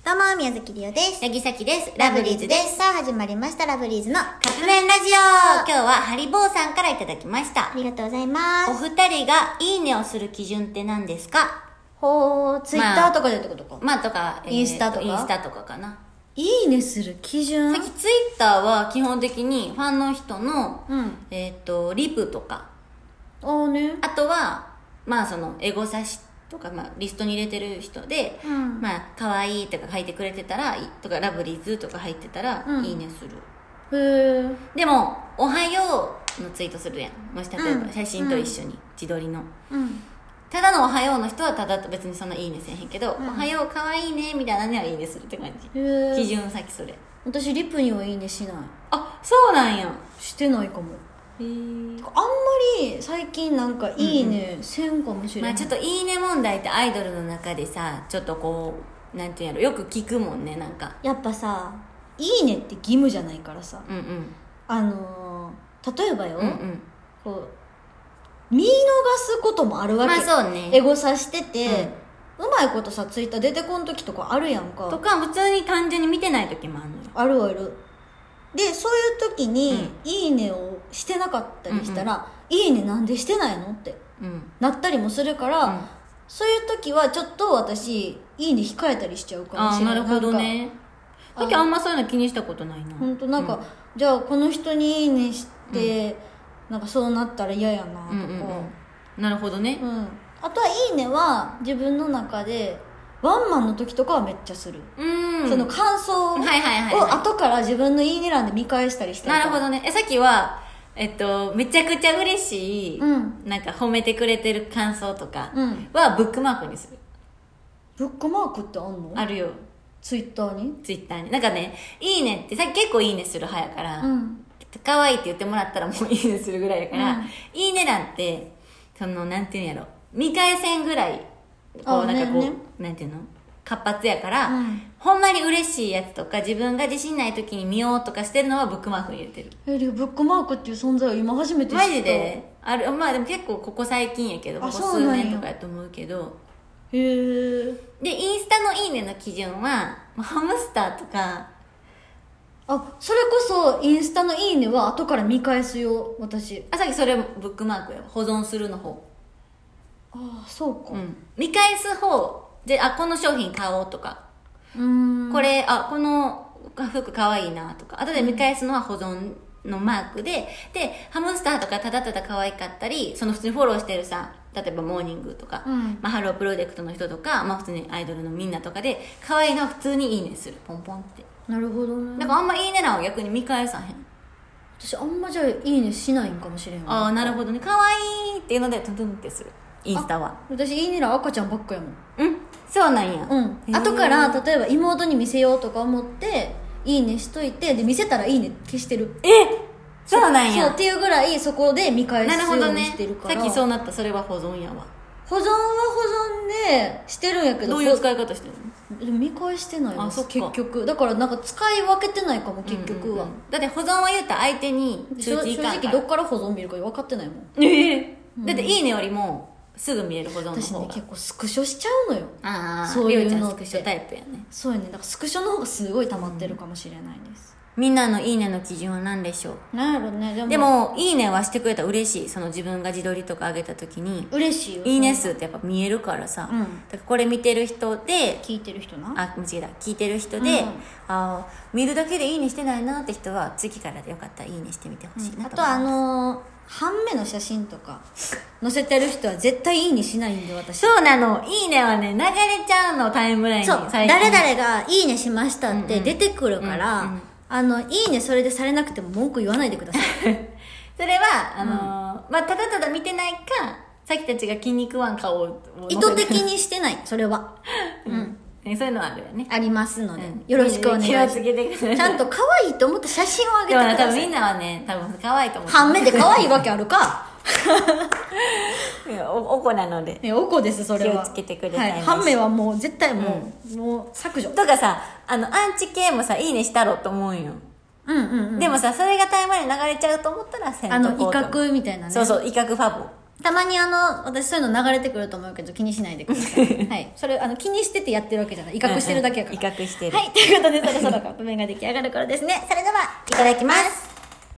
どうも、宮崎りおです。 八木咲です。ラブリーズです。 さあ、始まりました、ラブリーズのカップ麺ラジオ。今日はハリボーさんからいただきました。 ありがとうございます。 お二人がいいねをする基準って何ですか？ ほー、ツイッターとかでってことか。 とか、 インスタとかインスタとかかな。 いいねする基準？ さっきツイッターは基本的にファンの人の、リプとか。 あーね。 あとは、その、エゴサしとか、リストに入れてる人で、可愛いとか書いてくれてたら、とか、ラブリーズとか入ってたら、いいねする。 へー。 でも、おはようのツイートするやん。もし例えば写真と一緒に、自撮りの。ただのおはようの人はただ別にそんないいねせえへんけど、おはようかわいいねみたいなのはいいねするって感じ。基準さっきそれ。 私リプにはいいねしない。 あ、そうなんや。 してないかも。あんまり最近なんかいいねせんかもしれない。 ちょっといいね問題ってアイドルの中でさ、ちょっとこう、なんていうんやろ、よく聞くもんね、なんか。 やっぱさ、いいねって義務じゃないからさ。例えばよ、こう、見逃すこともあるわけ。 そうね。 エゴサしてて、うまいことさ、ツイッター出てこん時とかあるやんか。 とか、普通に単純に見てない時もあるのよ。 あるある。で、そういう時に、いいねをしてなかったりしたら、いいねなんでしてないのって、なったりもするから、そういう時はちょっと私、いいね控えたりしちゃうかもしれない。 なるほどね。さっきあんまそういうの気にしたことないな。 本当なんか、じゃあこの人にいいねして、なんかそうなったら嫌やなとか、 なるほどね。 あとはいいねは自分の中でワンマンの時とかはめっちゃする。その感想を後から自分のいいね欄で見返したりしてる。 なるほどね。さっきはめちゃくちゃ嬉しい、なんか褒めてくれてる感想とかはブックマークにする。 ブックマークってあんの？ あるよ。 ツイッターに？ ツイッターに。なんかね、いいねってさっき結構いいねする派やから、可愛いって言ってもらったらもういいねするぐらいやから、いいね欄って、その、なんていうんやろ、見返せんぐらい、こう、なんかこう、なんていうの？活発やから、ほんまに嬉しいやつとか、自分が自信ない時に見ようとかしてるのはブックマークに入れてる。 でブックマークっていう存在を今初めて知った。 マジである。でも結構ここ最近やけど、ここ数年とかやと思うけど。 へえ。 で、インスタのいいねの基準は、ハムスターとか、 それこそインスタのいいねは後から見返すよ、私。 さっきそれブックマークや。保存するの方。 そうか。 見返す方で、この商品買おうとか。これ、この服かわいいなとか。後で見返すのは保存のマークで、ハムスターとかただただ可愛かったり、その普通にフォローしてるさ、例えばモーニングとか、ハロープロジェクトの人とか、普通にアイドルのみんなとかで、可愛いのは普通にいいねする。ポンポンって。 なるほどね。 だからあんまいいね欄を逆に見返さへん。 私あんまじゃあいいねしないんかもしれんわ。 なるほどね。可愛いっていうのでトゥントゥンってする。インスタは。 私いいね欄赤ちゃんばっかやもん。 そうなんや。 後から例えば妹に見せようとか思っていいねしといて、で見せたらいいね消してる。 そうなんや。 そうっていうぐらいそこで見返すようにしてるから。 さっきそうなった。それは保存やわ。 保存は保存でしてるんやけど、 どういう使い方してるの？ でも見返してないわ。 そっか。 結局だからなんか使い分けてないかも、結局は。 だって保存は言ったら相手に正直どっから保存見るか分かってないもん。 だっていいねよりもすぐ見える保存の方が。 私ね、結構スクショしちゃうのよ。 そういうのって。スクショタイプやね。 そうやね。だからスクショの方がすごい溜まってるかもしれないです。 みんなのいいねの基準は何でしょう？ なんやろね。 でもいいねはしてくれたら嬉しい。その自分が自撮りとか上げた時に嬉しいよ。 いいね数ってやっぱ見えるからさ、だからこれ見てる人で、 聞いてる人な、 間違えた、聞いてる人で、見るだけでいいねしてないなって人は次からでよかったらいいねしてみてほしいなと。 あと半目の写真とか載せてる人は絶対いいねしないんで、私。 そうなの。いいねはね、流れちゃうの、タイムラインに。 そう。誰々がいいねしましたって出てくるから、いいねそれでされなくても文句言わないでください。 それは、ただただ見てないか、さっきたちが筋肉ワン顔を意図的にしてない、それは。 そういうのはあるよね。 ありますので、よろしくお願いします。 気をつけてください。 ちゃんと可愛いと思って写真をあげてください。 でも多分みんなはね、可愛いと思って。 半目で可愛いわけあるか。 おこなので。 おこです、それは。 気をつけてください。 半目はもう絶対もう削除。 とかさ、アンチ系もさ、いいねしたろと思うんよ。でもさ、それがタイムラインに流れちゃうと思ったらせんとこうと。 威嚇みたいなね。 そうそう、威嚇ファボ。 たまに私そういうの流れてくると思うけど気にしないでください。はい。それ、気にしててやってるわけじゃない。威嚇してるだけやから。 威嚇してる。 はい。ということで、そろそろカップ麺が出来上がる頃ですね。それでは、 いただきます。